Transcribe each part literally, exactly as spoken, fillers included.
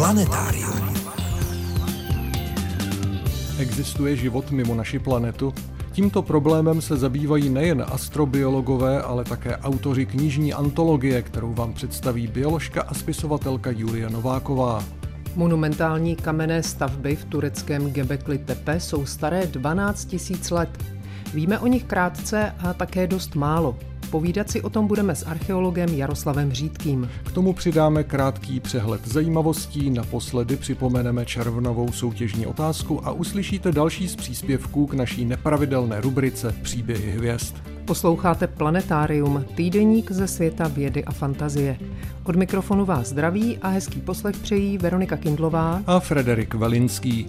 Planetárium. Existuje život mimo naši planetu? Tímto problémem se zabývají nejen astrobiologové, ale také autoři knižní antologie, kterou vám představí bioložka a spisovatelka Julie Nováková. Monumentální kamenné stavby v tureckém Göbekli Tepe jsou staré dvanáct tisíc let. Víme o nich krátce a také dost málo. Povídat si o tom budeme s archeologem Jaroslavem Řídkým. K tomu přidáme krátký přehled zajímavostí, naposledy připomeneme červnovou soutěžní otázku a uslyšíte další z příspěvků k naší nepravidelné rubrice Příběhy hvězd. Posloucháte Planetárium, týdeník ze světa vědy a fantazie. Od mikrofonu vás zdraví a hezký poslech přejí Veronika Kindlová a Frederik Velinský.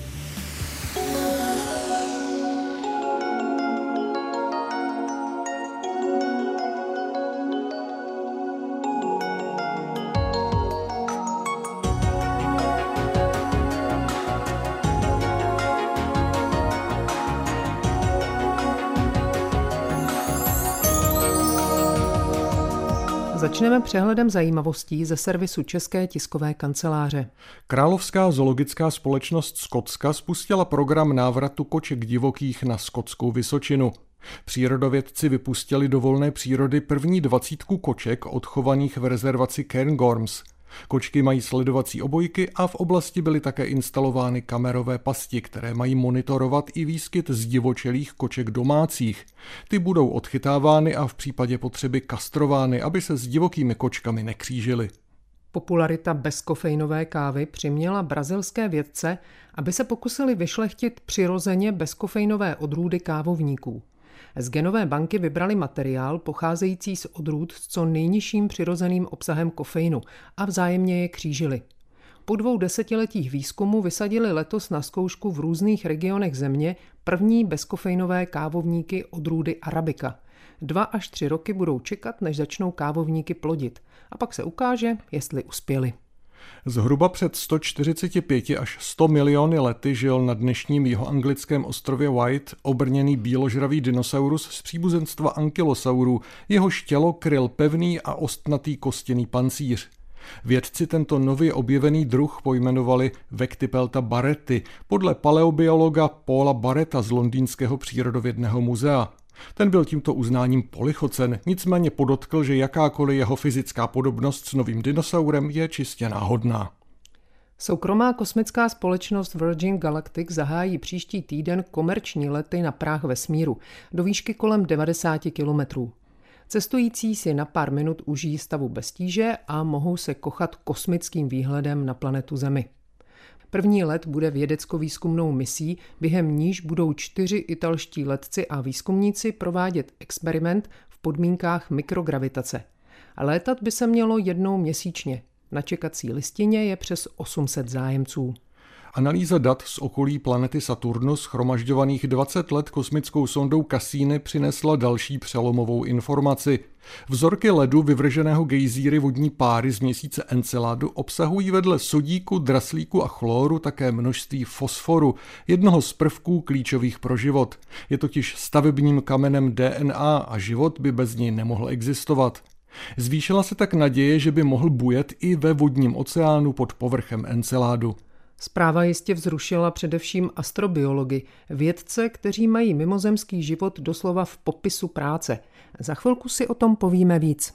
Začneme přehledem zajímavostí ze servisu České tiskové kanceláře. Královská zoologická společnost Skotska spustila program návratu koček divokých na skotskou Vysočinu. Přírodovědci vypustili do volné přírody první dvacítku koček odchovaných v rezervaci Cairngorms. Kočky mají sledovací obojky a v oblasti byly také instalovány kamerové pasti, které mají monitorovat i výskyt zdivočelých koček domácích. Ty budou odchytávány a v případě potřeby kastrovány, aby se s divokými kočkami nekřížily. Popularita bezkofeinové kávy přiměla brazilské vědce, aby se pokusili vyšlechtit přirozeně bezkofeinové odrůdy kávovníků. Z genové banky vybrali materiál pocházející z odrůd s co nejnižším přirozeným obsahem kofeinu a vzájemně je křížili. Po dvou desetiletích výzkumu vysadili letos na zkoušku v různých regionech země první bezkofeinové kávovníky odrůdy Arabica. Dva až tři roky budou čekat, než začnou kávovníky plodit. A pak se ukáže, jestli uspěli. Zhruba před sto čtyřiceti pěti až sto miliony lety žil na dnešním jihoanglickém ostrově Wight obrněný bíložravý dinosaurus z příbuzenstva ankylosaurů, jehož tělo kryl pevný a ostnatý kostěný pancíř. Vědci tento nově objevený druh pojmenovali Vectipelta barretty podle paleobiologa Paula Barretta z Londýnského přírodovědného muzea. Ten byl tímto uznáním polichocen, nicméně podotkl, že jakákoliv jeho fyzická podobnost s novým dinosaurem je čistě náhodná. Soukromá kosmická společnost Virgin Galactic zahájí příští týden komerční lety na práh vesmíru do výšky kolem devadesát kilometrů. Cestující si na pár minut užijí stavu bez tíže a mohou se kochat kosmickým výhledem na planetu Zemi. První let bude vědecko-výzkumnou misí, během níž budou čtyři italští letci a výzkumníci provádět experiment v podmínkách mikrogravitace. A létat by se mělo jednou měsíčně. Na čekací listině je přes osm set zájemců. Analýza dat z okolí planety Saturnus shromažďovaných dvacet let kosmickou sondou Cassini přinesla další přelomovou informaci. Vzorky ledu vyvrženého gejzíry vodní páry z měsíce Enceladu obsahují vedle sodíku, draslíku a chloru také množství fosforu, jednoho z prvků klíčových pro život. Je totiž stavebním kamenem D N A a život by bez něj nemohl existovat. Zvýšila se tak naděje, že by mohl bujet i ve vodním oceánu pod povrchem Enceladu. Zpráva jistě vzrušila především astrobiology, vědce, kteří mají mimozemský život doslova v popisu práce. Za chvilku si o tom povíme víc.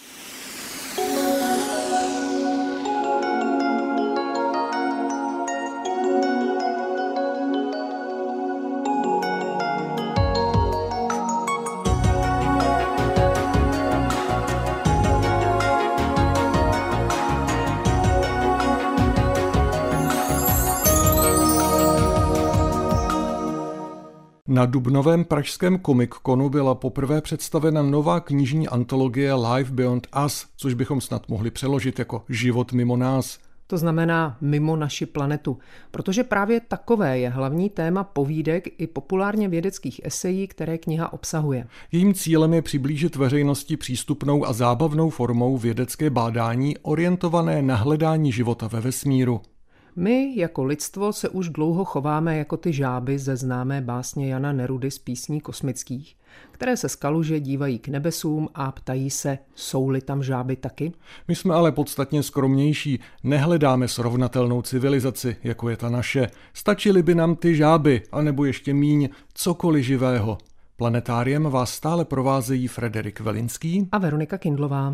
Na dubnovém pražském Comic-Conu byla poprvé představena nová knižní antologie Life Beyond Us, což bychom snad mohli přeložit jako Život mimo nás. To znamená mimo naši planetu, protože právě takové je hlavní téma povídek i populárně vědeckých esejí, které kniha obsahuje. Jejím cílem je přiblížit veřejnosti přístupnou a zábavnou formou vědecké bádání orientované na hledání života ve vesmíru. My jako lidstvo se už dlouho chováme jako ty žáby ze známé básně Jana Nerudy z písní kosmických, které se z kaluže dívají k nebesům a ptají se, jsou-li tam žáby taky? My jsme ale podstatně skromnější, nehledáme srovnatelnou civilizaci, jako je ta naše. Stačily by nám ty žáby, anebo ještě míň cokoliv živého. Planetáriem vás stále provázejí Frederik Velinský a Veronika Kindlová.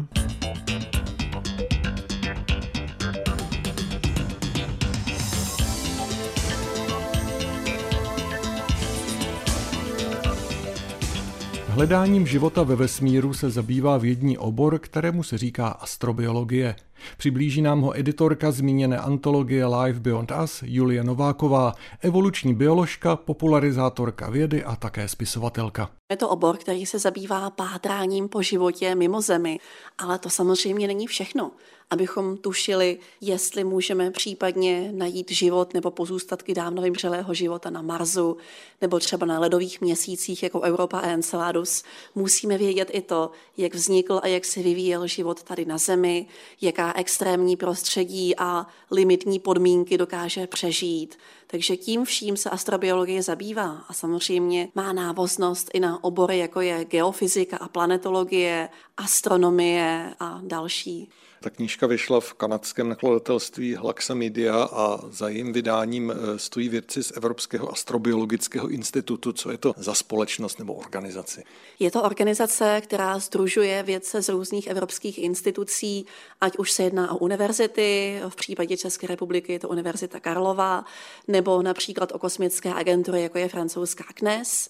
Hledáním života ve vesmíru se zabývá vědní obor, kterému se říká astrobiologie. Přiblíží nám ho editorka zmíněné antologie Life Beyond Us Julie Nováková, evoluční bioložka, popularizátorka vědy a také spisovatelka. Je to obor, který se zabývá pátráním po životě mimo Zemi, ale to samozřejmě není všechno. Abychom tušili, jestli můžeme případně najít život nebo pozůstatky dávno vymřelého života na Marsu nebo třeba na ledových měsících jako Europa a Enceladus, musíme vědět i to, jak vznikl a jak se vyvíjel život tady na Zemi, jaká extrémní prostředí a limitní podmínky dokáže přežít. Takže tím vším se astrobiologie zabývá a samozřejmě má návaznost i na obory, jako je geofyzika a planetologie, astronomie a další. Ta knížka vyšla v kanadském nakladatelství Hlaxa Media a za jejím vydáním stojí vědci z Evropského astrobiologického institutu. Co je to za společnost nebo organizaci? Je to organizace, která sdružuje vědce z různých evropských institucí, ať už se jedná o univerzity, v případě České republiky je to Univerzita Karlova, nebo například o kosmické agentury, jako je francouzská C N E S.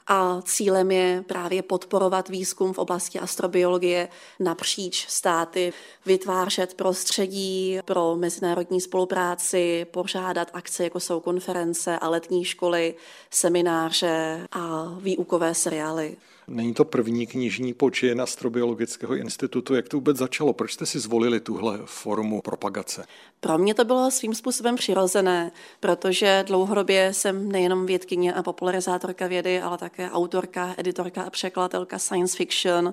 A cílem je právě podporovat výzkum v oblasti astrobiologie napříč státy, vytvářet prostředí pro mezinárodní spolupráci, pořádat akce, jako jsou konference a letní školy, semináře a výukové seriály. Není to první knižní počin Astrobiologického institutu. Jak to vůbec začalo? Proč jste si zvolili tuhle formu propagace? Pro mě to bylo svým způsobem přirozené, protože dlouhodobě jsem nejenom vědkyně a popularizátorka vědy, ale také autorka, editorka a překladatelka science fiction.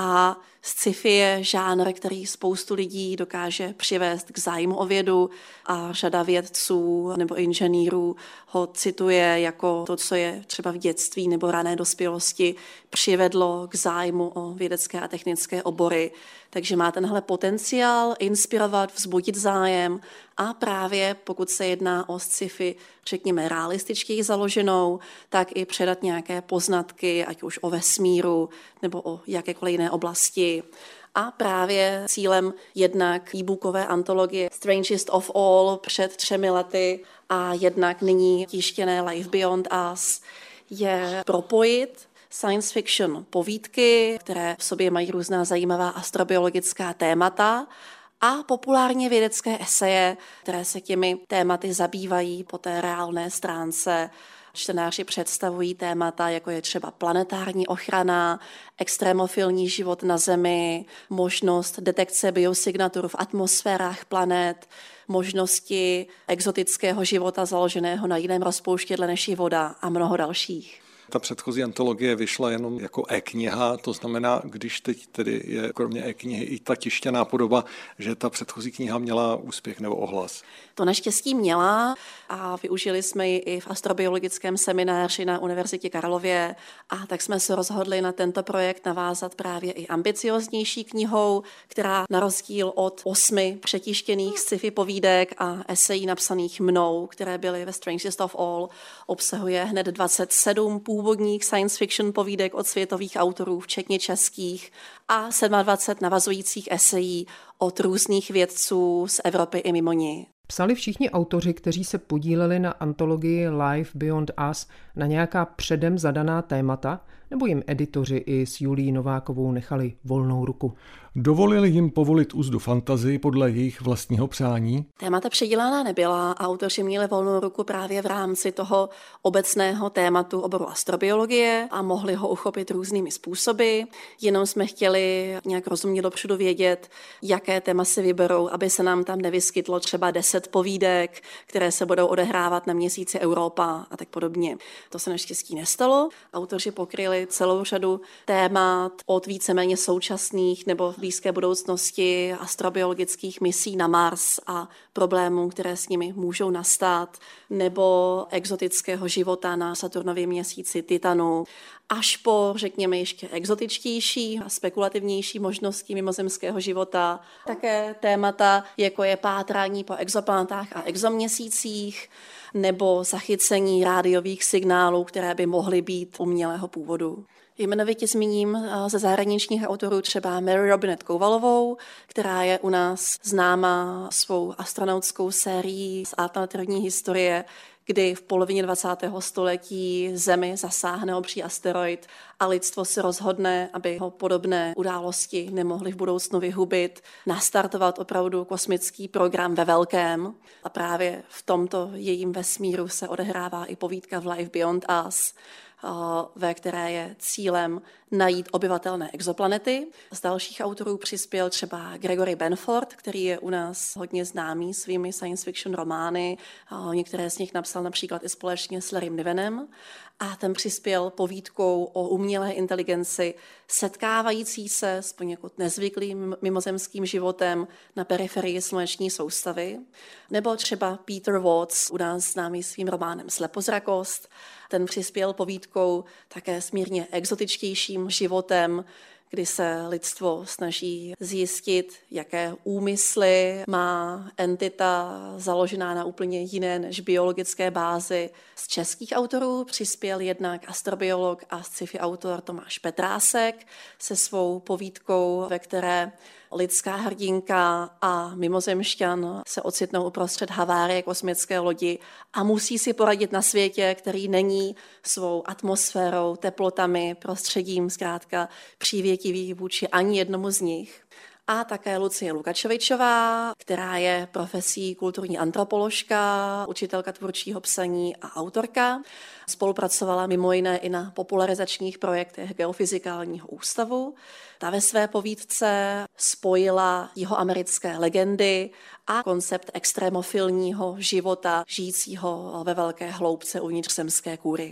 A sci-fi je žánr, který spoustu lidí dokáže přivést k zájmu o vědu a řada vědců nebo inženýrů ho cituje jako to, co je třeba v dětství nebo rané dospělosti přivedlo k zájmu o vědecké a technické obory. Takže má tenhle potenciál inspirovat, vzbudit zájem a právě pokud se jedná o sci-fi, řekněme realističtěji založenou, tak i předat nějaké poznatky, ať už o vesmíru nebo o jakékoliv jiné oblasti. A právě cílem jednak e-bookové antologie Strangest of All před třemi lety a jednak nyní tištěné Life Beyond Us je propojit science fiction povídky, které v sobě mají různá zajímavá astrobiologická témata a populárně vědecké eseje, které se těmi tématy zabývají po té reálné stránce. Čtenáři představují témata, jako je třeba planetární ochrana, extrémofilní život na Zemi, možnost detekce biosignatur v atmosférách planet, možnosti exotického života založeného na jiném rozpouštědle než je voda a mnoho dalších. Ta předchozí antologie vyšla jenom jako e-kniha, to znamená, když teď tedy je kromě e-knihy i ta tištěná podoba, že ta předchozí kniha měla úspěch nebo ohlas. To naštěstí měla a využili jsme ji i v astrobiologickém semináři na Univerzitě Karlově a tak jsme se rozhodli na tento projekt navázat právě i ambicioznější knihou, která na rozdíl od osmi přetištěných sci-fi povídek a esejí napsaných mnou, které byly ve Strangest of All, obsahuje hned dvacet sedm původních science fiction povídek od světových autorů, včetně českých, a dvacet sedm navazujících esejí od různých vědců z Evropy i mimo ní. Psali všichni autoři, kteří se podíleli na antologii Life Beyond Us, na nějaká předem zadaná témata, nebo jim editoři i s Julií Novákovou nechali volnou ruku? Dovolili jim povolit úzdu fantazii podle jejich vlastního přání? Témata předělána nebyla a autoři měli volnou ruku právě v rámci toho obecného tématu oboru astrobiologie a mohli ho uchopit různými způsoby. Jenom jsme chtěli nějak rozumně dopředu vědět, jaké téma si vyberou, aby se nám tam nevyskytlo třeba deset povídek, které se budou odehrávat na měsíci Europa a tak podobně. To se naštěstí nestalo. Autoři pokryli probrali celou řadu témat od víceméně současných nebo v blízké budoucnosti astrobiologických misí na Mars a problémů, které s nimi můžou nastat, nebo exotického života na Saturnově měsíci Titanu, až po, řekněme, ještě exotičtější a spekulativnější možnosti mimozemského života. Také témata, jako je pátrání po exoplanetách a exoměsících, nebo zachycení rádiových signálů, které by mohly být umělého původu. Jmenovitě zmíním ze zahraničních autorů třeba Mary Robinette Kouvalovou, která je u nás známá svou astronautskou sérií z alternativní historie, kdy v polovině dvacátého století Zemi zasáhne obří asteroid a lidstvo se rozhodne, aby ho podobné události nemohly v budoucnu vyhubit, nastartovat opravdu kosmický program ve velkém. A právě v tomto jejím vesmíru se odehrává i povídka v Life Beyond Us, ve které je cílem najít obyvatelné exoplanety. Z dalších autorů přispěl třeba Gregory Benford, který je u nás hodně známý svými science fiction romány. Některé z nich napsal například i společně s Larrym Nivenem. A ten přispěl povídkou o umělé inteligenci setkávající se s poněkud nezvyklým mimozemským životem na periferii sluneční soustavy. Nebo třeba Peter Watts, u nás známý svým románem Slepozrakost. Ten přispěl povídkou také s mírně exotičtějším životem, kdy se lidstvo snaží zjistit, jaké úmysly má entita založená na úplně jiné než biologické bázi. Z českých autorů přispěl jednak astrobiolog a sci-fi autor Tomáš Petrásek se svou povídkou, ve které lidská hrdinka a mimozemšťan se ocitnou uprostřed havárie kosmické lodi a musí si poradit na světě, který není svou atmosférou, teplotami, prostředím zkrátka přívětivý vůči ani jednomu z nich. A také Lucie Lukačovičová, která je profesí kulturní antropoložka, učitelka tvůrčího psaní a autorka. Spolupracovala mimo jiné i na popularizačních projektech Geofyzikálního ústavu. Ta ve své povídce spojila jihoamerické legendy a koncept extrémofilního života žijícího ve velké hloubce uvnitř zemské kůry.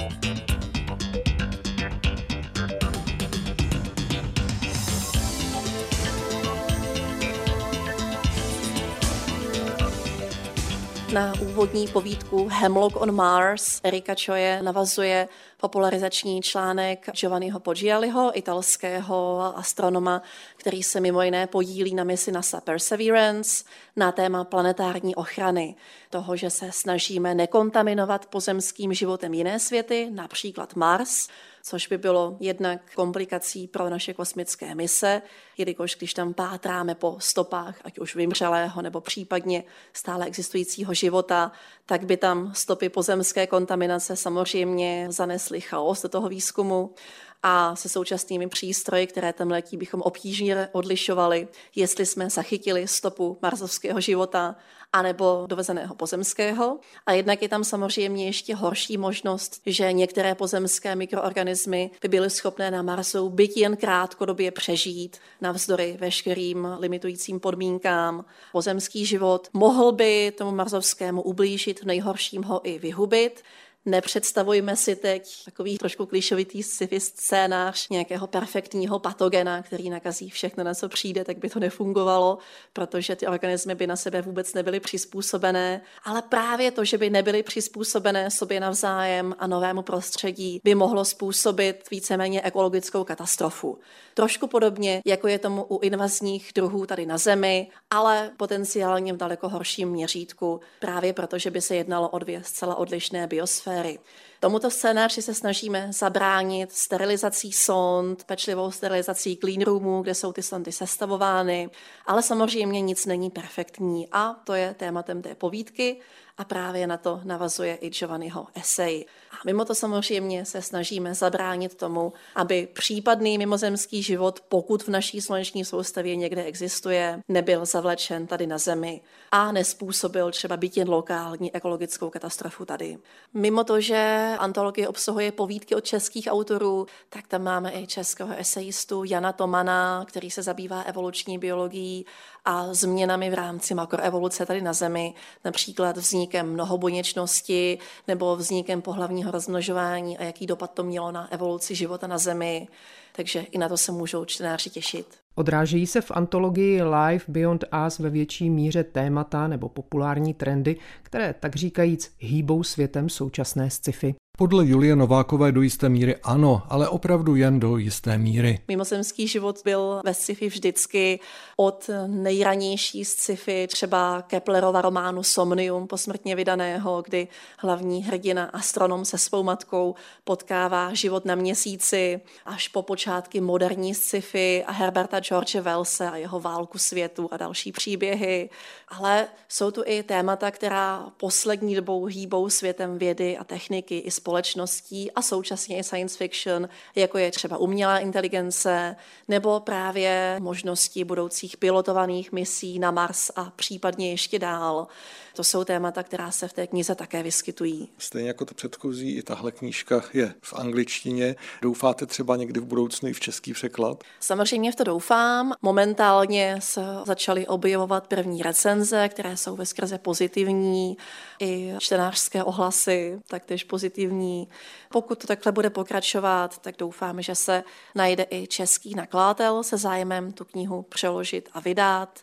Na úvodní povídku Hemlock on Mars Erika Choye navazuje popularizační článek Giovanniho Poggialiho, italského astronoma, který se mimo jiné podílí na misi NASA Perseverance na téma planetární ochrany. Toho, že se snažíme nekontaminovat pozemským životem jiné světy, například Mars, což by bylo jednak komplikací pro naše kosmické mise, jelikož když tam pátráme po stopách, ať už vymřelého nebo případně stále existujícího života, tak by tam stopy pozemské kontaminace samozřejmě zanesly chaos do toho výzkumu. A se současnými přístroji, které tam letí, bychom obtížně odlišovali, jestli jsme zachytili stopu marsovského života anebo dovezeného pozemského. A jednak je tam samozřejmě ještě horší možnost, že některé pozemské mikroorganismy by byly schopné na Marsu byť jen krátkodobě přežít navzdory veškerým limitujícím podmínkám. Pozemský život mohl by tomu marsovskému ublížit, v nejhorším ho i vyhubit. Nepředstavujme si teď takový trošku klišovitý sci-fi scénář nějakého perfektního patogena, který nakazí všechno, na co přijde, tak by to nefungovalo, protože ty organismy by na sebe vůbec nebyly přizpůsobené. Ale právě to, že by nebyly přizpůsobené sobě navzájem a novému prostředí, by mohlo způsobit víceméně ekologickou katastrofu. Trošku podobně, jako je tomu u invazních druhů tady na Zemi, ale potenciálně v daleko horším měřítku, právě protože by se jednalo o dvě zcela odlišné biosféry. Tomuto scénáři se snažíme zabránit sterilizací sond, pečlivou sterilizací clean roomů, kde jsou ty sondy sestavovány, ale samozřejmě nic není perfektní a to je tématem té povídky a právě na to navazuje i Giovanniho esej. A mimo to samozřejmě se snažíme zabránit tomu, aby případný mimozemský život, pokud v naší sluneční soustavě někde existuje, nebyl zavlečen tady na Zemi a nespůsobil třeba byť jen lokální ekologickou katastrofu tady. Mimo to, že antologie obsahuje povídky od českých autorů, tak tam máme i českého esejistu Jana Tomana, který se zabývá evoluční biologií a změnami v rámci makroevoluce tady na Zemi, například vznikem mnohobuněčnosti nebo vznikem pohlavního rozmnožování a jaký dopad to mělo na evoluci života na Zemi. Takže i na to se můžou čtenáři těšit. Odrážejí se v antologii Life Beyond Us ve větší míře témata nebo populární trendy, které tak říkajíc hýbou světem současné sci-fi? Podle Julie Novákové do jisté míry ano, ale opravdu jen do jisté míry. Mimozemský život byl ve sci-fi vždycky od nejranější sci-fi, třeba Keplerova románu Somnium posmrtně vydaného, kdy hlavní hrdina astronom se svou matkou potkává život na měsíci, až po počátky moderní sci-fi a Herberta George Wellse a jeho Válku světu a další příběhy. Ale jsou tu i témata, která poslední dobou hýbou světem vědy a techniky i společností a současně i science fiction, jako je třeba umělá inteligence nebo právě možnosti budoucích pilotovaných misí na Mars a případně ještě dál. To jsou témata, která se v té knize také vyskytují. Stejně jako to předchozí, i tahle knížka je v angličtině. Doufáte třeba někdy v budoucnu i v český překlad? Samozřejmě v to doufám. Momentálně se začaly objevovat první recenze, které jsou veskrze pozitivní, i čtenářské ohlasy taktéž pozitivní. Pokud to takhle bude pokračovat, tak doufám, že se najde i český nakladatel se zájmem tu knihu přeložit a vydat.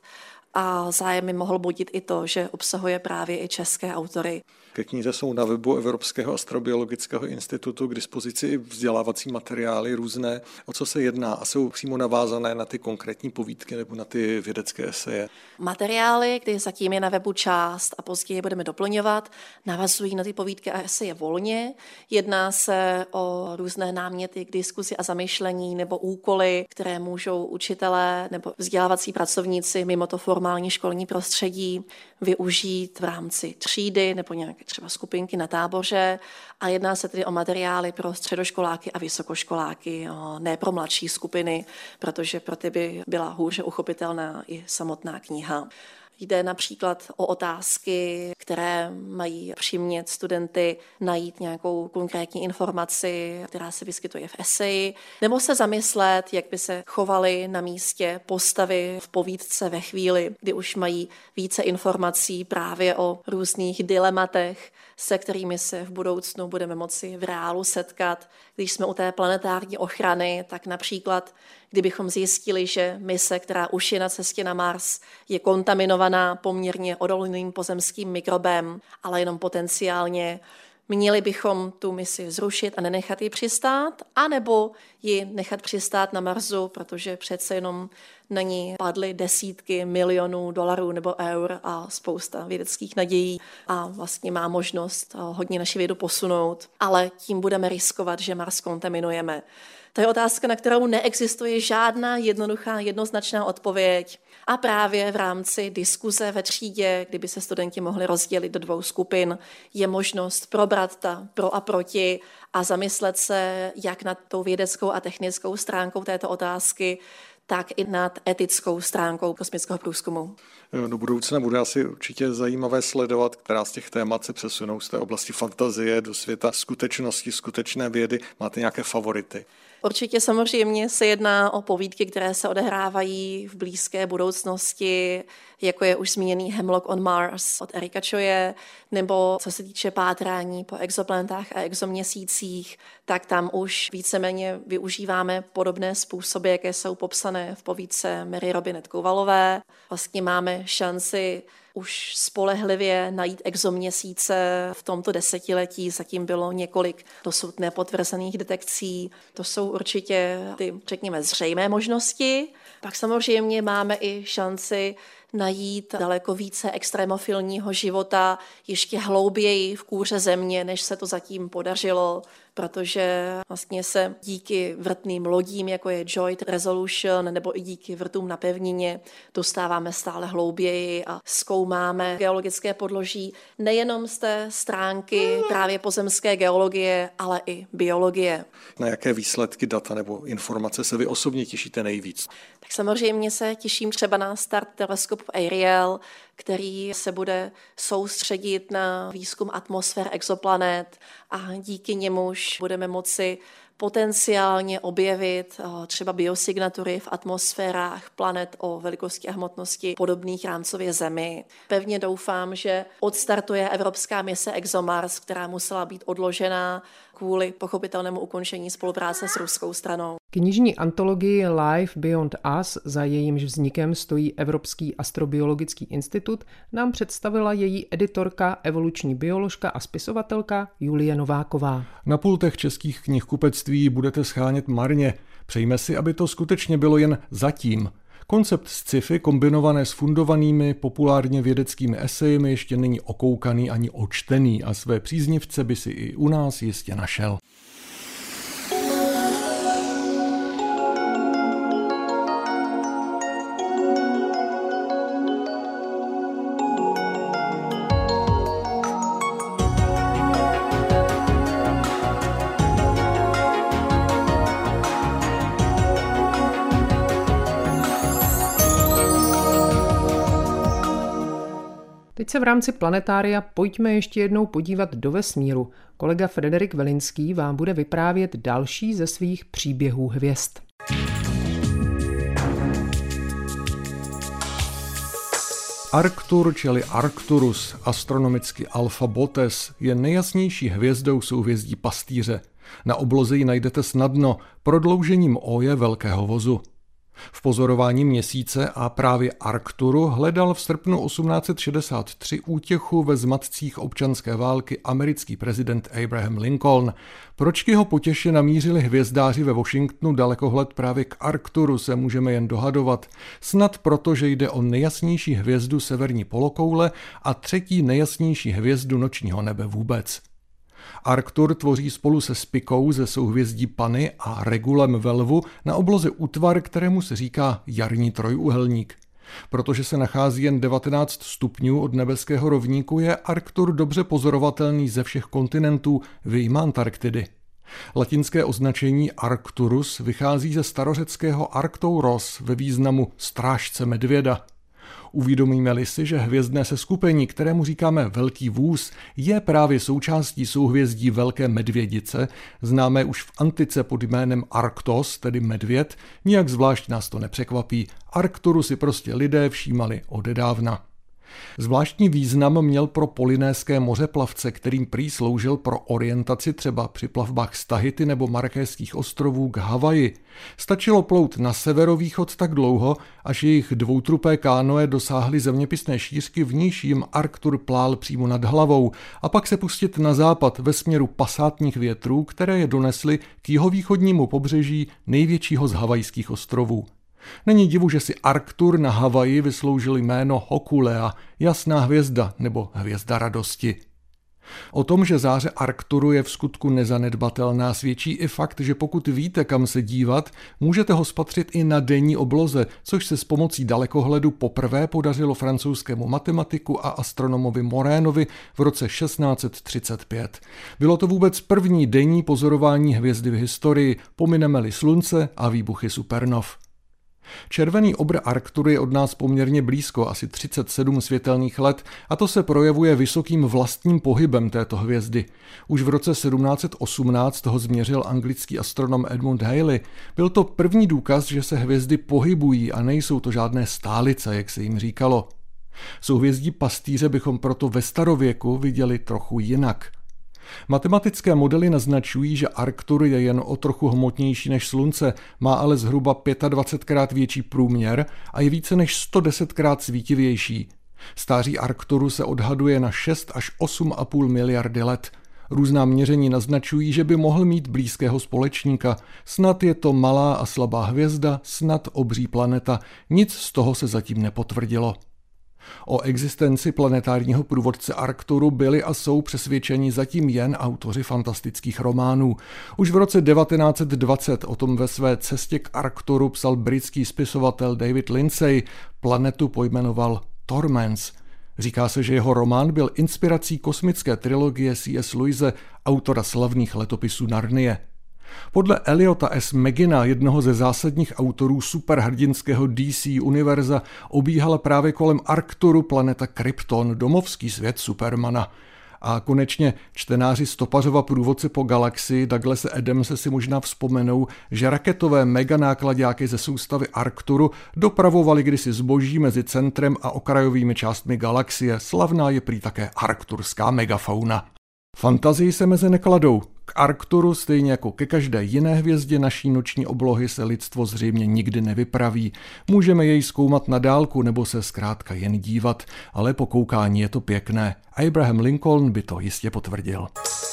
A zájem mi mohl budit i to, že obsahuje právě i české autory. Ke knize jsou na webu Evropského astrobiologického institutu k dispozici i vzdělávací materiály různé. O co se jedná a jsou přímo navázané na ty konkrétní povídky nebo na ty vědecké eseje? Materiály, kdy zatím je na webu část a později budeme doplňovat, navazují na ty povídky a eseje volně. Jedná se o různé náměty k diskuzi a zamyšlení nebo úkoly, které můžou učitelé nebo vzdělávací pracovníci mimo to formální školní prostředí využít v rámci třídy nebo nějaké třeba skupinky na táboře a jedná se tedy o materiály pro středoškoláky a vysokoškoláky, ne pro mladší skupiny, protože pro ty by byla hůře uchopitelná i samotná kniha. Jde například o otázky, které mají přimět studenty najít nějakou konkrétní informaci, která se vyskytuje v eseji, nebo se zamyslet, jak by se chovaly na místě postavy v povídce ve chvíli, kdy už mají více informací právě o různých dilematech, se kterými se v budoucnu budeme moci v reálu setkat. Když jsme u té planetární ochrany, tak například kdybychom zjistili, že mise, která už je na cestě na Mars, je kontaminovaná poměrně odolným pozemským mikrobem, ale jenom potenciálně, měli bychom tu misi zrušit a nenechat ji přistát, anebo ji nechat přistát na Marsu, protože přece jenom na ní padly desítky milionů dolarů nebo eur a spousta vědeckých nadějí a vlastně má možnost hodně naši vědu posunout, ale tím budeme riskovat, že Mars kontaminujeme. To je otázka, na kterou neexistuje žádná jednoduchá, jednoznačná odpověď. A právě v rámci diskuze ve třídě, kdyby se studenti mohli rozdělit do dvou skupin, je možnost probrat ta pro a proti a zamyslet se jak nad tou vědeckou a technickou stránkou této otázky, tak i nad etickou stránkou kosmického průzkumu. Do budoucna bude asi určitě zajímavé sledovat, která z těch témat se přesunou z té oblasti fantazie do světa skutečnosti, skutečné vědy. Máte nějaké favority? Určitě samozřejmě se jedná o povídky, které se odehrávají v blízké budoucnosti, jako je už zmíněný Hemlock on Mars od Erika Choye, nebo co se týče pátrání po exoplanetách a exoměsících, tak tam už víceméně využíváme podobné způsoby, jaké jsou popsané v povídce Mary Robinette Kowalové. Vlastně máme šanci už spolehlivě najít exoměsíce v tomto desetiletí. Zatím bylo několik dosud nepotvrzených detekcí. To jsou určitě ty, řekněme, zřejmé možnosti. Pak samozřejmě máme i šanci najít daleko více extrémofilního života ještě hlouběji v kůře země, než se to zatím podařilo, protože vlastně se díky vrtným lodím, jako je Joint Resolution, nebo i díky vrtům na pevnině, dostáváme stále hlouběji a zkoumáme geologické podloží nejenom z té stránky právě pozemské geologie, ale i biologie. Na jaké výsledky, data nebo informace se vy osobně těšíte nejvíc? Tak samozřejmě se těším třeba na start teleskopu Ariel, který se bude soustředit na výzkum atmosfér exoplanet a díky němuž budeme moci potenciálně objevit třeba biosignatury v atmosférách planet o velikosti a hmotnosti podobných rámcově Zemi. Pevně doufám, že odstartuje evropská mise ExoMars, která musela být odložena kvůli pochopitelnému ukončení spolupráce s ruskou stranou. Knižní antologii Life Beyond Us, za jejímž vznikem stojí Evropský astrobiologický institut, nám představila její editorka, evoluční bioložka a spisovatelka Julie Nováková. Na pultech českých knihkupectví budete schánět marně. Přejme si, aby to skutečně bylo jen zatím. Koncept sci-fi kombinované s fundovanými populárně vědeckými esejemi ještě není okoukaný ani očtený a své příznivce by si i u nás jistě našel. Teď se v rámci planetária pojďme ještě jednou podívat do vesmíru. Kolega Frederik Velinský vám bude vyprávět další ze svých příběhů hvězd. Arctur, čili Arcturus, astronomicky Alpha Botes, je nejjasnější hvězdou souhvězdí Pastýře. Na obloze ji najdete snadno prodloužením óje Velkého vozu. V pozorování Měsíce a právě Arcturu hledal v srpnu osmnáct set šedesát tři útěchu ve zmatcích občanské války americký prezident Abraham Lincoln. Proč k jeho potěše namířili hvězdáři ve Washingtonu dalekohled právě k Arcturu, se můžeme jen dohadovat. Snad proto, že jde o nejjasnější hvězdu severní polokoule a třetí nejjasnější hvězdu nočního nebe vůbec. Arctur tvoří spolu se Spikou ze souhvězdí Pany a Regulem ve Lvu na obloze útvar, kterému se říká jarní trojúhelník. Protože se nachází jen devatenáct stupňů od nebeského rovníku, je Arctur dobře pozorovatelný ze všech kontinentů vyjma Antarktidy. Latinské označení Arcturus vychází ze starořeckého Arktouros ve významu strážce medvěda. Uvědomíme-li si, že hvězdné seskupení, kterému říkáme Velký vůz, je právě součástí souhvězdí Velké medvědice, známé už v antice pod jménem Arktos, tedy medvěd, nijak zvlášť nás to nepřekvapí. Arcturu si prostě lidé všímali odedávna. Zvláštní význam měl pro polynéské mořeplavce, kterým prý sloužil pro orientaci třeba při plavbách z Tahiti nebo Markéských ostrovů k Havaji. Stačilo plout na severovýchod tak dlouho, až jejich dvoutrupé kánoe dosáhly zeměpisné šířky, v níž jim Arctur plál přímo nad hlavou, a pak se pustit na západ ve směru pasátních větrů, které je donesly k jihovýchodnímu pobřeží největšího z havajských ostrovů. Není divu, že si Arctur na Havaji vysloužil jméno Hokulea, jasná hvězda nebo hvězda radosti. O tom, že záře Arcturu je v skutku nezanedbatelná, svědčí i fakt, že pokud víte, kam se dívat, můžete ho spatřit i na denní obloze, což se s pomocí dalekohledu poprvé podařilo francouzskému matematiku a astronomovi Morénovi v roce šestnáct set třicet pět. Bylo to vůbec první denní pozorování hvězdy v historii, pomineme-li slunce a výbuchy supernov. Červený obr Arcturu je od nás poměrně blízko, asi třicet sedm světelných let, a to se projevuje vysokým vlastním pohybem této hvězdy. Už v roce sedmnáct set osmnáct ho změřil anglický astronom Edmund Halley. Byl to první důkaz, že se hvězdy pohybují a nejsou to žádné stálice, jak se jim říkalo. Souhvězdí Pastýře bychom proto ve starověku viděli trochu jinak. Matematické modely naznačují, že Arctur je jen o trochu hmotnější než Slunce, má ale zhruba dvacetpětkrát větší průměr a je více než sto desetkrát svítivější. Stáří Arcturu se odhaduje na šest až osm a půl miliardy let. Různá měření naznačují, že by mohl mít blízkého společníka. Snad je to malá a slabá hvězda, snad obří planeta. Nic z toho se zatím nepotvrdilo. O existenci planetárního průvodce Arcturu byli a jsou přesvědčeni zatím jen autoři fantastických románů. Už v roce devatenáct set dvacet o tom ve své Cestě k Arcturu psal britský spisovatel David Lindsay, planetu pojmenoval Torments. Říká se, že jeho román byl inspirací kosmické trilogie C S Lewise, autora slavných letopisů Narnie. Podle Eliota S. Magina, jednoho ze zásadních autorů superhrdinského D C univerza, obíhala právě kolem Arcturu planeta Krypton, domovský svět Supermana. A konečně čtenáři Stopařova průvodce po galaxii Douglase Adamse si možná vzpomenou, že raketové meganáklaďáky ze soustavy Arcturu dopravovaly kdysi zboží mezi centrem a okrajovými částmi galaxie. Slavná je prý také arcturská megafauna. Fantazii se meze nekladou. K Arcturu, stejně jako ke každé jiné hvězdě naší noční oblohy, se lidstvo zřejmě nikdy nevypraví. Můžeme jej zkoumat na dálku nebo se zkrátka jen dívat, ale po koukání je to pěkné. Abraham Lincoln by to jistě potvrdil.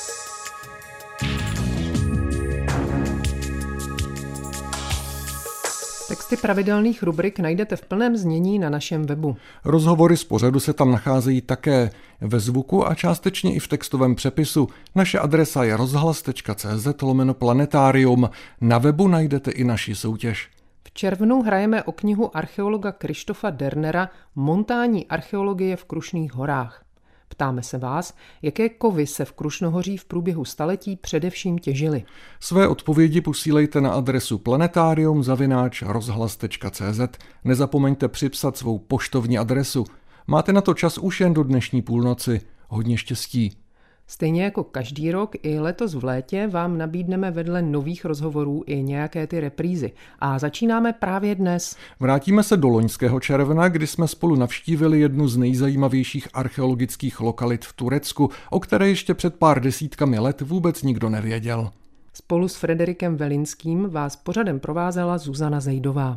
Texty pravidelných rubrik najdete v plném znění na našem webu. Rozhovory z pořadu se tam nacházejí také ve zvuku a částečně i v textovém přepisu. Naše adresa je rozhlas tečka cé zet lomeno planetarium. Na webu najdete i naši soutěž. V červnu hrajeme o knihu archeologa Krištofa Dernera Montání archeologie v Krušných horách. Ptáme se vás, jaké kovy se v Krušnohoří v průběhu staletí především těžily. Své odpovědi posílejte na adresu planetarium zavináč rozhlas tečka cé zet. Nezapomeňte připsat svou poštovní adresu. Máte na to čas už jen do dnešní půlnoci. Hodně štěstí. Stejně jako každý rok, i letos v létě vám nabídneme vedle nových rozhovorů i nějaké ty reprízy. A začínáme právě dnes. Vrátíme se do loňského června, kdy jsme spolu navštívili jednu z nejzajímavějších archeologických lokalit v Turecku, o které ještě před pár desítkami let vůbec nikdo nevěděl. Spolu s Frederikem Velinským vás pořadem provázela Zuzana Zejdová.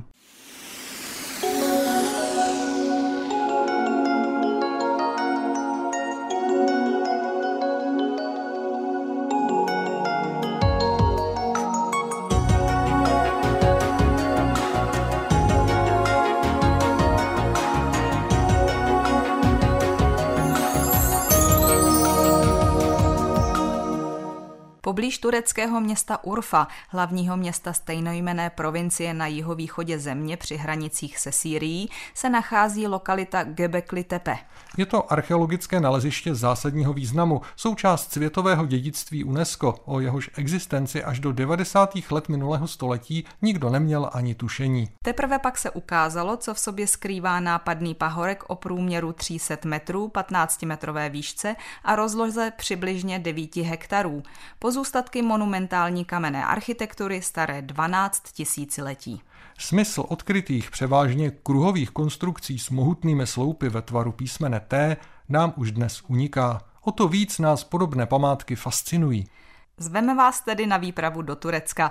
Poblíž tureckého města Urfa, hlavního města stejnojmenné provincie na jihovýchodě země při hranicích se Sýrií, se nachází lokalita Göbekli Tepe. Je to archeologické naleziště zásadního významu, součást světového dědictví UNESCO, o jehož existenci až do devadesátých let minulého století nikdo neměl ani tušení. Teprve pak se ukázalo, co v sobě skrývá nápadný pahorek o průměru tři sta metrů, patnáctimetrové výšce a rozloze přibližně devět hektarů. Pozůstatky monumentální kamenné architektury staré dvanáct tisíciletí. Smysl odkrytých převážně kruhových konstrukcí s mohutnými sloupy ve tvaru písmene T nám už dnes uniká. O to víc nás podobné památky fascinují. Zveme vás tedy na výpravu do Turecka.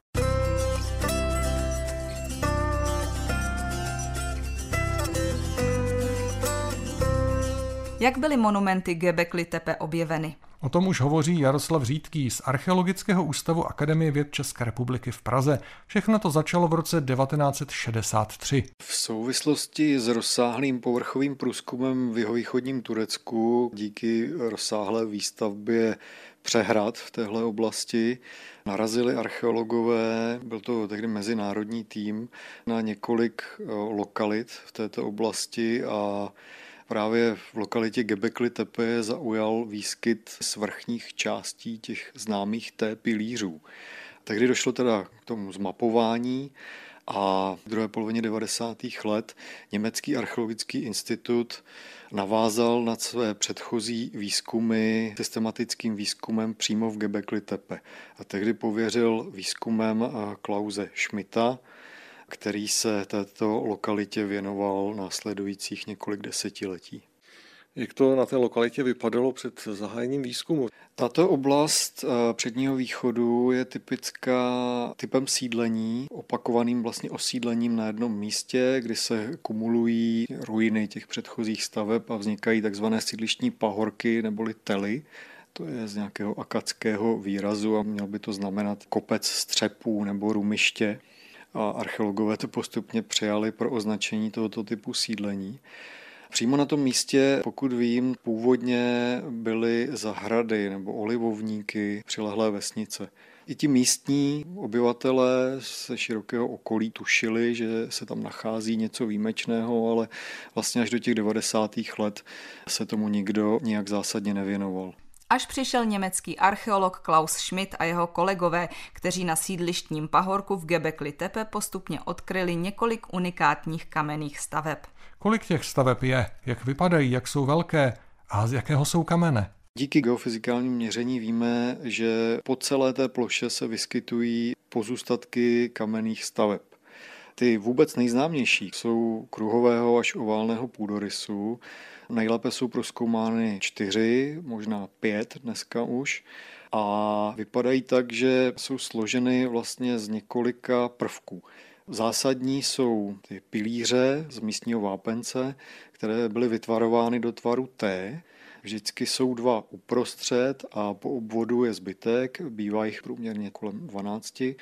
Jak byly monumenty Göbekli Tepe objeveny? O tom už hovoří Jaroslav Řídký z Archeologického ústavu Akademie věd České republiky v Praze. Všechno to začalo v roce devatenáct set šedesát tři. V souvislosti s rozsáhlým povrchovým průzkumem v jihovýchodním Turecku díky rozsáhlé výstavbě přehrad v téhle oblasti narazili archeologové, byl to tehdy mezinárodní tým, na několik lokalit v této oblasti a právě v lokalitě Göbekli Tepe zaujal výskyt svrchních částí těch známých T pilířů. Tehdy došlo teda k tomu zmapování a v druhé polovině devadesátých let Německý archeologický institut navázal na své předchozí výzkumy systematickým výzkumem přímo v Göbekli Tepe. A tehdy pověřil výzkumem Klause Schmidta, který se této lokalitě věnoval následujících několik desetiletí. Jak to na té lokalitě vypadalo před zahájením výzkumu? Tato oblast předního východu je typická typem sídlení, opakovaným vlastně osídlením na jednom místě, kdy se kumulují ruiny těch předchozích staveb a vznikají takzvané sídlištní pahorky neboli tely. To je z nějakého akadského výrazu a měl by to znamenat kopec střepů nebo rumiště. A archeologové to postupně přijali pro označení tohoto typu sídlení. Přímo na tom místě, pokud vím, původně byly zahrady nebo olivovníky, přilehlé vesnice. I ti místní obyvatelé ze širokého okolí tušili, že se tam nachází něco výjimečného, ale vlastně až do těch devadesátých let se tomu nikdo nijak zásadně nevěnoval. Až přišel německý archeolog Klaus Schmidt a jeho kolegové, kteří na sídlištním pahorku v Göbekli Tepe postupně odkryli několik unikátních kamenných staveb. Kolik těch staveb je, jak vypadají, jak jsou velké a z jakého jsou kamene? Díky geofyzikálním měření víme, že po celé té ploše se vyskytují pozůstatky kamenných staveb. Ty vůbec nejznámější jsou kruhového až oválného půdorysu. Nejlépe jsou prozkoumány čtyři, možná pět dneska už. A vypadají tak, že jsou složeny vlastně z několika prvků. Zásadní jsou ty pilíře z místního vápence, které byly vytvarovány do tvaru T. Vždycky jsou dva uprostřed a po obvodu je zbytek, bývá jich průměrně kolem dvanácti.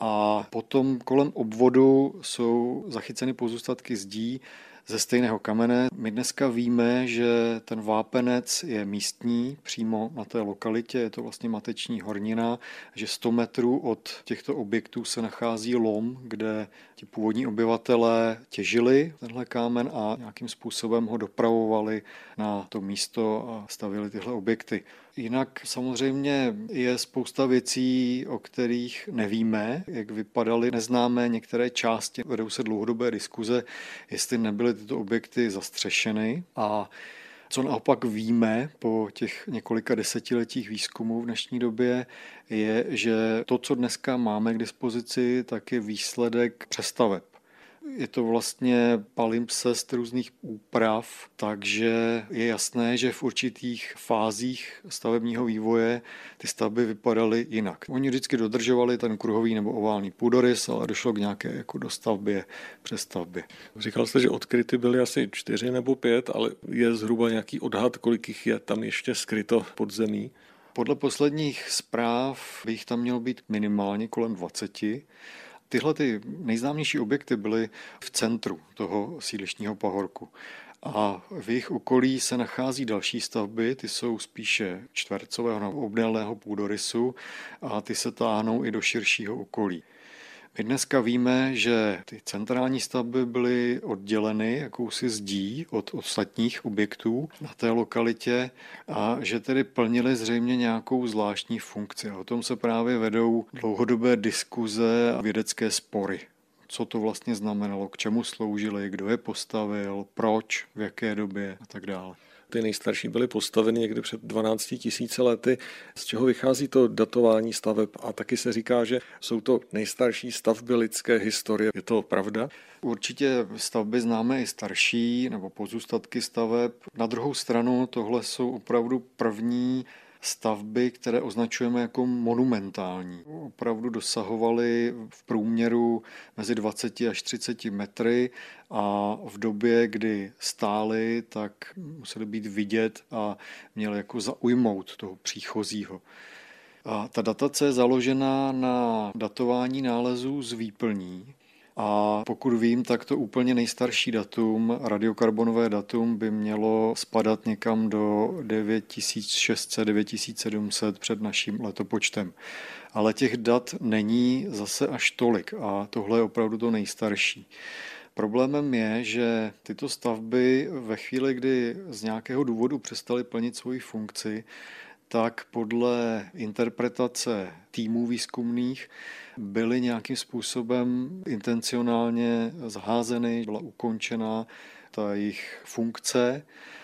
A potom kolem obvodu jsou zachyceny pozůstatky zdí ze stejného kamene. My dneska víme, že ten vápenec je místní, přímo na té lokalitě, je to vlastně mateční hornina, že sto metrů od těchto objektů se nachází lom, kde ti původní obyvatelé těžili tenhle kámen a nějakým způsobem ho dopravovali na to místo a stavili tyhle objekty. Jinak samozřejmě je spousta věcí, o kterých nevíme, jak vypadaly, neznáme některé části. Vedou se dlouhodobé diskuze, jestli nebyly tyto objekty zastřešeny. A co naopak víme po těch několika desetiletích výzkumu v dnešní době, je, že to, co dneska máme k dispozici, tak je výsledek přestaveb. Je to vlastně palimpsest různých úprav, takže je jasné, že v určitých fázích stavebního vývoje ty stavby vypadaly jinak. Oni vždycky dodržovali ten kruhový nebo oválný půdorys, ale došlo k nějaké jako dostavbě, přestavbě. Říkal jste, že odkryty byly asi čtyři nebo pět, ale je zhruba nějaký odhad, kolik jich je tam ještě skryto pod zemí? Podle posledních zpráv by jich tam mělo být minimálně kolem dvaceti. Tyhle ty nejznámější objekty byly v centru toho sídlištního pahorku. A v jejich okolí se nachází další stavby, ty jsou spíše čtvercového nebo obdélného půdorysu a ty se táhnou i do širšího okolí. My dneska víme, že ty centrální stavby byly odděleny jakousi zdí od ostatních objektů na té lokalitě a že tedy plnily zřejmě nějakou zvláštní funkci. A o tom se právě vedou dlouhodobé diskuze a vědecké spory. Co to vlastně znamenalo, k čemu sloužily, kdo je postavil, proč, v jaké době a tak dále. Ty nejstarší byly postaveny někdy před dvanácti tisíci lety, z čeho vychází to datování staveb a taky se říká, že jsou to nejstarší stavby lidské historie. Je to pravda? Určitě stavby známe i starší nebo pozůstatky staveb. Na druhou stranu tohle jsou opravdu první stavby, které označujeme jako monumentální. Opravdu dosahovaly v průměru mezi dvaceti až třiceti metry a v době, kdy stály, tak musely být vidět a měly jako zaujmout toho příchozího. A ta datace je založena na datování nálezů z výplní. A pokud vím, tak to úplně nejstarší datum, radiokarbonové datum, by mělo spadat někam do devět tisíc šest set, devět tisíc sedm set před naším letopočtem. Ale těch dat není zase až tolik a tohle je opravdu to nejstarší. Problémem je, že tyto stavby ve chvíli, kdy z nějakého důvodu přestaly plnit svoji funkci, tak podle interpretace týmů výzkumných byly nějakým způsobem intencionálně zházeny, byla ukončena ta jejich funkce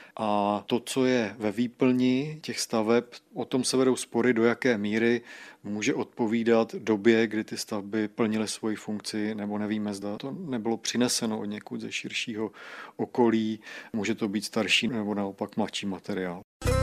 a to, co je ve výplni těch staveb, o tom se vedou spory, do jaké míry může odpovídat době, kdy ty stavby plnily svoji funkci, nebo nevíme, zda to nebylo přineseno od někud ze širšího okolí, může to být starší nebo naopak mladší materiál.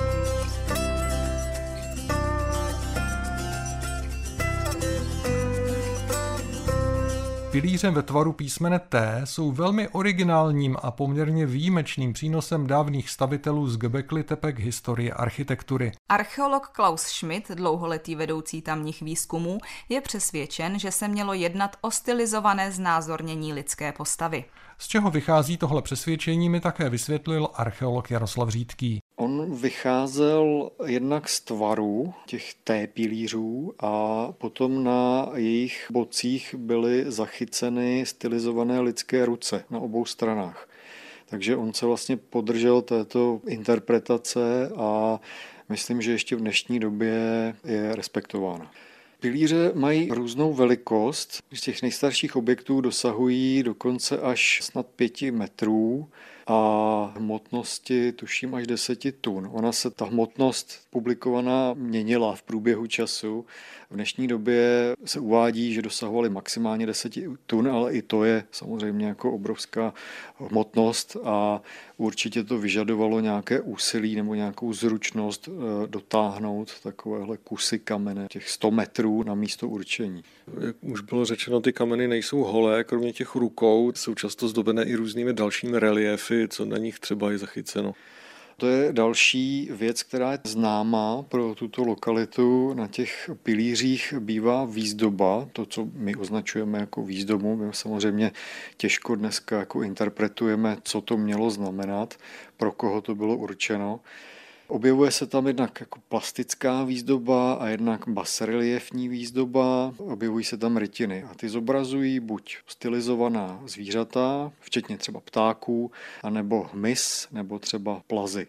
Pilíře ve tvaru písmene T jsou velmi originálním a poměrně výjimečným přínosem dávných stavitelů z Göbekli Tepe k historii architektury. Archeolog Klaus Schmidt, dlouholetý vedoucí tamních výzkumů, je přesvědčen, že se mělo jednat o stylizované znázornění lidské postavy. Z čeho vychází tohle přesvědčení, mi také vysvětlil archeolog Jaroslav Řídký. On vycházel jednak z tvaru těch T pilířů a potom na jejich bocích byly zachyceny stylizované lidské ruce na obou stranách. Takže on se vlastně podržel této interpretace a myslím, že ještě v dnešní době je respektována. Pilíře mají různou velikost. Z těch nejstarších objektů dosahují dokonce až snad pěti metrů. a hmotnosti tuším až deseti tun. Ona se, ta hmotnost publikovaná, měnila v průběhu času. V dnešní době se uvádí, že dosahovaly maximálně deseti tun, ale i to je samozřejmě jako obrovská hmotnost a určitě to vyžadovalo nějaké úsilí nebo nějakou zručnost dotáhnout takovéhle kusy kamene, těch sto metrů na místo určení. Jak už bylo řečeno, ty kameny nejsou holé, kromě těch rukou jsou často zdobené i různými dalšími reliéfy, co na nich třeba je zachyceno. To je další věc, která je známá pro tuto lokalitu. Na těch pilířích bývá výzdoba, to, co my označujeme jako výzdobu. My samozřejmě těžko dneska jako interpretujeme, co to mělo znamenat, pro koho to bylo určeno. Objevuje se tam jednak jako plastická výzdoba a jednak basreliefní výzdoba. Objevují se tam rytiny a ty zobrazují buď stylizovaná zvířata, včetně třeba ptáků, anebo hmyz, nebo třeba plazy.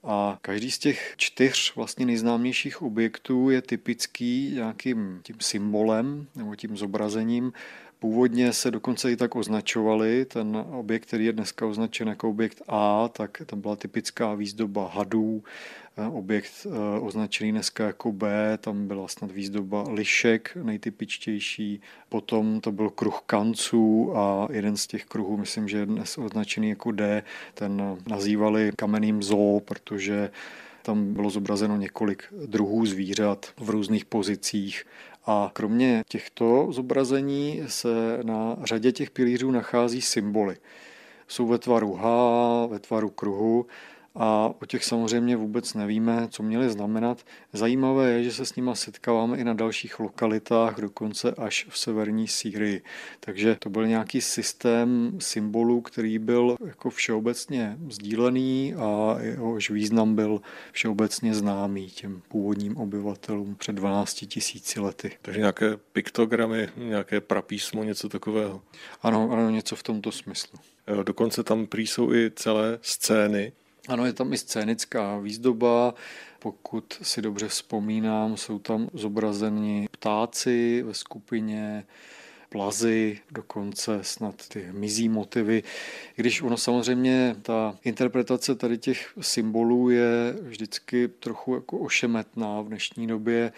A každý z těch čtyř vlastně nejznámějších objektů je typický nějakým tím symbolem nebo tím zobrazením. Původně se dokonce i tak označovali. Ten objekt, který je dneska označen jako objekt A, tak tam byla typická výzdoba hadů. Objekt označený dneska jako B, tam byla snad výzdoba lišek, nejtypičtější. Potom to byl kruh kanců a jeden z těch kruhů, myslím, že je dnes označený jako D, ten nazývali kamenným zoo, protože tam bylo zobrazeno několik druhů zvířat v různých pozicích. A kromě těchto zobrazení se na řadě těch pilířů nachází symboly. Jsou ve tvaru H, ve tvaru kruhu a o těch samozřejmě vůbec nevíme, co měly znamenat. Zajímavé je, že se s nima setkáváme i na dalších lokalitách, dokonce až v severní Sýrii. Takže to byl nějaký systém symbolů, který byl jako všeobecně sdílený a jehož význam byl všeobecně známý těm původním obyvatelům před dvanácti tisíci lety. Takže nějaké piktogramy, nějaké prapísmo, něco takového. Ano, ano, něco v tomto smyslu. Dokonce tam prý jsou i celé scény. Ano, je tam i scénická výzdoba. Pokud si dobře vzpomínám, jsou tam zobrazeni ptáci ve skupině, plazy, dokonce snad ty hmyzí motivy. Když ono samozřejmě, ta interpretace tady těch symbolů je vždycky trochu jako ošemetná v dnešní době.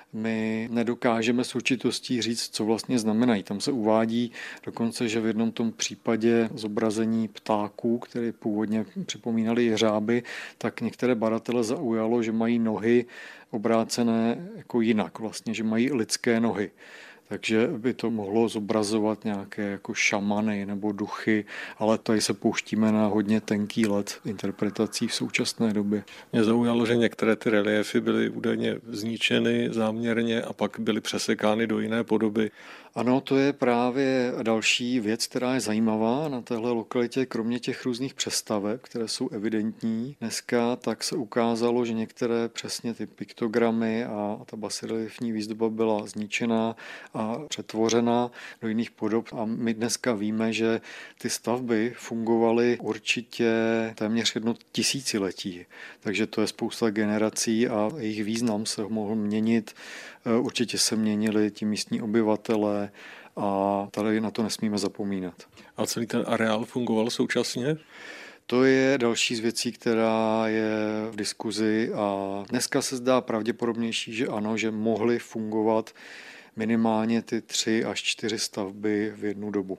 My nedokážeme s určitostí říct, co vlastně znamenají. Tam se uvádí dokonce, že v jednom tom případě zobrazení ptáků, které původně připomínaly jeřáby, tak některé badatele zaujalo, že mají nohy obrácené jako jinak, vlastně, že mají lidské nohy. Takže by to mohlo zobrazovat nějaké jako šamany nebo duchy, ale tady se pouštíme na hodně tenký led interpretací v současné době. Mě zaujalo, že některé ty reliéfy byly údajně zničeny záměrně a pak byly přesekány do jiné podoby. Ano, to je právě další věc, která je zajímavá na téhle lokalitě, kromě těch různých přestaveb, které jsou evidentní dneska, tak se ukázalo, že některé přesně ty piktogramy a ta basreliefní výzdoba byla zničená a přetvořena do jiných podob. A my dneska víme, že ty stavby fungovaly určitě téměř jedno tisíciletí. Takže to je spousta generací a jejich význam se mohl měnit. Určitě se měnili ti místní obyvatelé a tady na to nesmíme zapomínat. A celý ten areál fungoval současně? To je další z věcí, která je v diskuzi a dneska se zdá pravděpodobnější, že ano, že mohly fungovat minimálně ty tři až čtyři stavby v jednu dobu.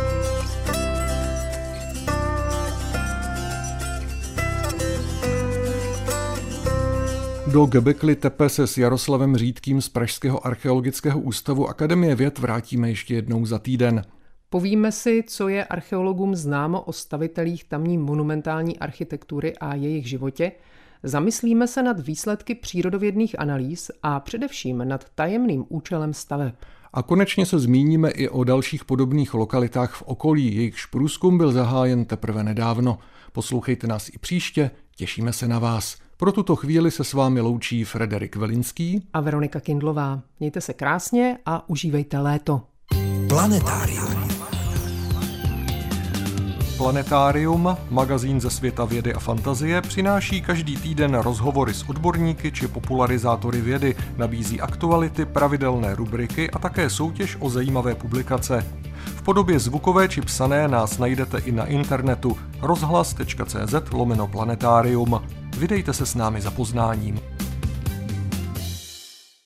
Do Göbekli Tepe se s Jaroslavem Řídkým z Pražského archeologického ústavu Akademie věd vrátíme ještě jednou za týden. Povíme si, co je archeologům známo o stavitelích tamní monumentální architektury a jejich životě, zamyslíme se nad výsledky přírodovědných analýz a především nad tajemným účelem staveb. A konečně se zmíníme i o dalších podobných lokalitách v okolí, jejichž průzkum byl zahájen teprve nedávno. Poslouchejte nás i příště, těšíme se na vás. Pro tuto chvíli se s vámi loučí Frederik Velinský a Veronika Kindlová. Mějte se krásně a užívejte léto. Planetárium. Planetárium, magazín ze světa vědy a fantazie, přináší každý týden rozhovory s odborníky či popularizátory vědy, nabízí aktuality, pravidelné rubriky a také soutěž o zajímavé publikace. V podobě zvukové či psané nás najdete i na internetu rozhlas tečka cé zet lomeno planetarium. Vydejte se s námi za poznáním.